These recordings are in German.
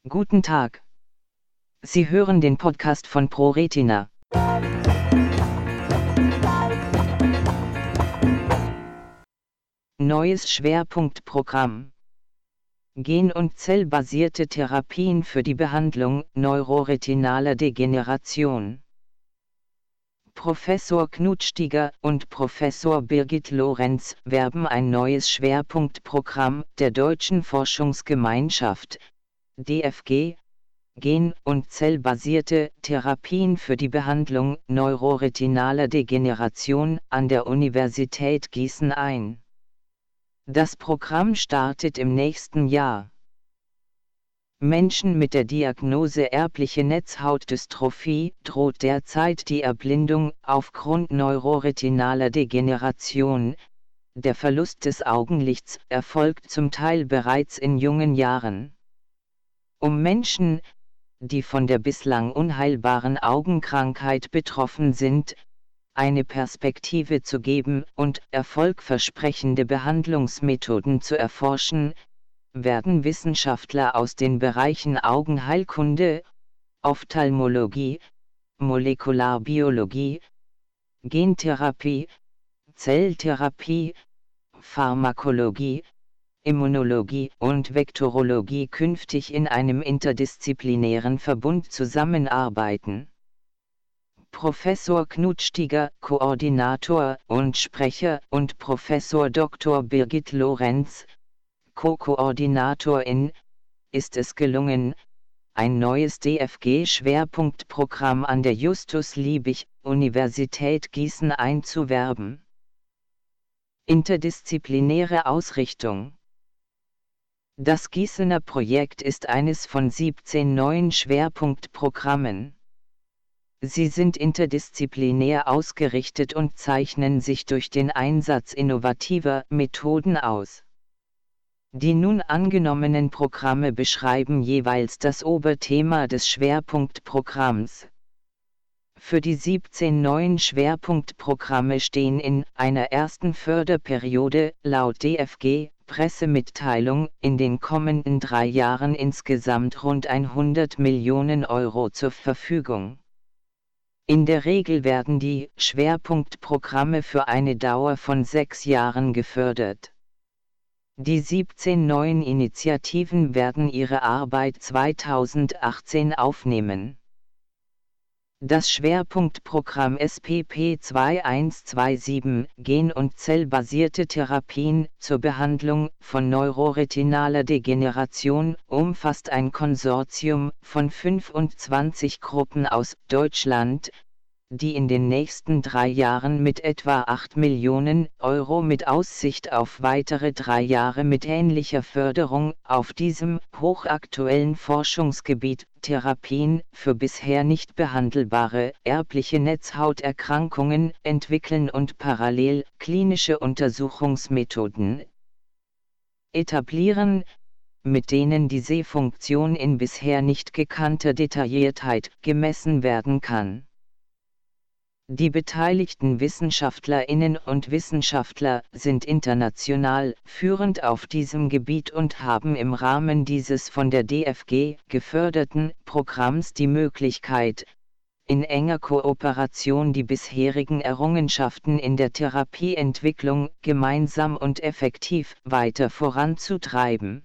Guten Tag. Sie hören den Podcast von ProRetina. Neues Schwerpunktprogramm. Gen- und zellbasierte Therapien für die Behandlung neuroretinaler Degeneration. Professor Knut Stieger und Professor Birgit Lorenz werben ein neues Schwerpunktprogramm der Deutschen Forschungsgemeinschaft, DFG, Gen- und zellbasierte Therapien für die Behandlung neuroretinaler Degeneration an der Universität Gießen ein. Das Programm startet im nächsten Jahr. Menschen mit der Diagnose erbliche Netzhautdystrophie droht derzeit die Erblindung aufgrund neuroretinaler Degeneration. Der Verlust des Augenlichts erfolgt zum Teil bereits in jungen Jahren. Um Menschen, die von der bislang unheilbaren Augenkrankheit betroffen sind, eine Perspektive zu geben und erfolgversprechende Behandlungsmethoden zu erforschen, werden Wissenschaftler aus den Bereichen Augenheilkunde, Ophthalmologie, Molekularbiologie, Gentherapie, Zelltherapie, Pharmakologie, Immunologie und Vektorologie künftig in einem interdisziplinären Verbund zusammenarbeiten. Professor Knut Stieger, Koordinator und Sprecher, und Professor Dr. Birgit Lorenz, Co-Koordinatorin, ist es gelungen, ein neues DFG-Schwerpunktprogramm an der Justus-Liebig-Universität Gießen einzuwerben. Interdisziplinäre Ausrichtung. Das Gießener Projekt ist eines von 17 neuen Schwerpunktprogrammen. Sie sind interdisziplinär ausgerichtet und zeichnen sich durch den Einsatz innovativer Methoden aus. Die nun angenommenen Programme beschreiben jeweils das Oberthema des Schwerpunktprogramms. Für die 17 neuen Schwerpunktprogramme stehen in einer ersten Förderperiode laut DFG Pressemitteilung in den kommenden 3 Jahren insgesamt rund 100 Millionen Euro zur Verfügung. In der Regel werden die Schwerpunktprogramme für eine Dauer von 6 Jahren gefördert. Die 17 neuen Initiativen werden ihre Arbeit 2018 aufnehmen. Das Schwerpunktprogramm SPP 2127 Gen- und zellbasierte Therapien zur Behandlung von neuroretinaler Degeneration umfasst ein Konsortium von 25 Gruppen aus Deutschland, die in den nächsten 3 Jahren mit etwa 8 Millionen Euro mit Aussicht auf weitere 3 Jahre mit ähnlicher Förderung auf diesem hochaktuellen Forschungsgebiet Therapien für bisher nicht behandelbare erbliche Netzhauterkrankungen entwickeln und parallel klinische Untersuchungsmethoden etablieren, mit denen die Sehfunktion in bisher nicht gekannter Detailliertheit gemessen werden kann. Die beteiligten Wissenschaftlerinnen und Wissenschaftler sind international führend auf diesem Gebiet und haben im Rahmen dieses von der DFG geförderten Programms die Möglichkeit, in enger Kooperation die bisherigen Errungenschaften in der Therapieentwicklung gemeinsam und effektiv weiter voranzutreiben.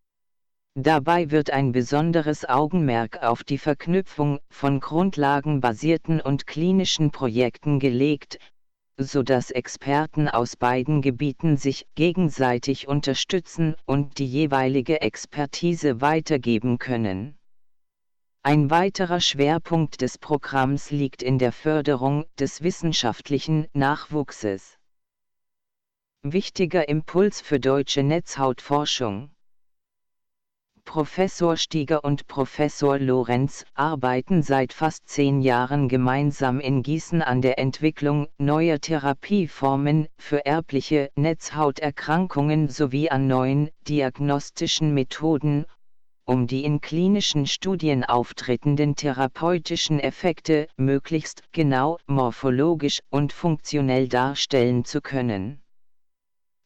Dabei wird ein besonderes Augenmerk auf die Verknüpfung von grundlagenbasierten und klinischen Projekten gelegt, sodass Experten aus beiden Gebieten sich gegenseitig unterstützen und die jeweilige Expertise weitergeben können. Ein weiterer Schwerpunkt des Programms liegt in der Förderung des wissenschaftlichen Nachwuchses. Wichtiger Impuls für deutsche Netzhautforschung. Professor Stieger und Professor Lorenz arbeiten seit fast 10 Jahren gemeinsam in Gießen an der Entwicklung neuer Therapieformen für erbliche Netzhauterkrankungen sowie an neuen diagnostischen Methoden, um die in klinischen Studien auftretenden therapeutischen Effekte möglichst genau morphologisch und funktionell darstellen zu können.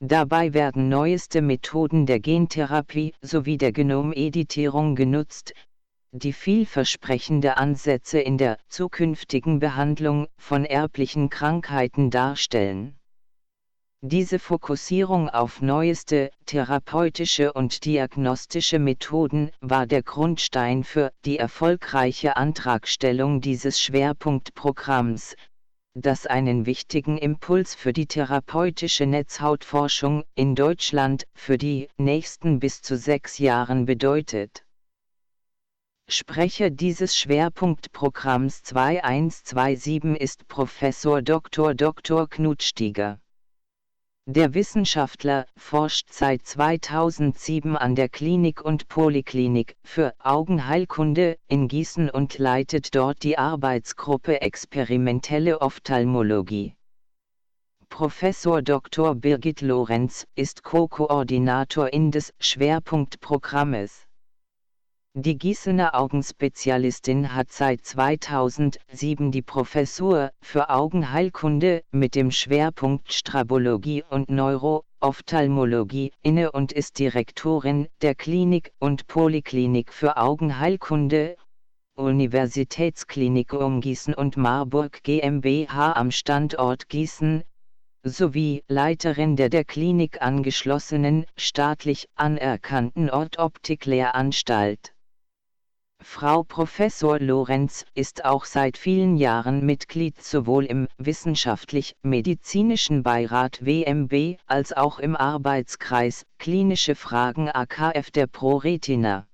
Dabei werden neueste Methoden der Gentherapie sowie der Genomeditierung genutzt, die vielversprechende Ansätze in der zukünftigen Behandlung von erblichen Krankheiten darstellen. Diese Fokussierung auf neueste therapeutische und diagnostische Methoden war der Grundstein für die erfolgreiche Antragstellung dieses Schwerpunktprogramms, das einen wichtigen Impuls für die therapeutische Netzhautforschung in Deutschland für die nächsten bis zu 6 Jahren bedeutet. Sprecher dieses Schwerpunktprogramms 2127 ist Professor Dr. Knut Stieger. Der Wissenschaftler forscht seit 2007 an der Klinik und Poliklinik für Augenheilkunde in Gießen und leitet dort die Arbeitsgruppe Experimentelle Ophthalmologie. Professor Dr. Birgit Lorenz ist Co-Koordinatorin des Schwerpunktprogrammes. Die Gießener Augenspezialistin hat seit 2007 die Professur für Augenheilkunde mit dem Schwerpunkt Strabologie und Neuro-Ophthalmologie inne und ist Direktorin der Klinik und Poliklinik für Augenheilkunde, Universitätsklinikum Gießen und Marburg GmbH am Standort Gießen, sowie Leiterin der Klinik angeschlossenen, staatlich anerkannten Ortoptiklehranstalt. Frau Professor Lorenz ist auch seit vielen Jahren Mitglied sowohl im Wissenschaftlich-Medizinischen Beirat WMB als auch im Arbeitskreis Klinische Fragen AKF der ProRetina.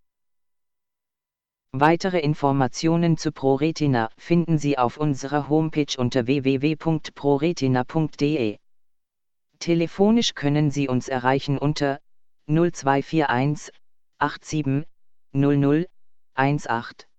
Weitere Informationen zu ProRetina finden Sie auf unserer Homepage unter www.proretina.de. Telefonisch können Sie uns erreichen unter 0241 87 00 18.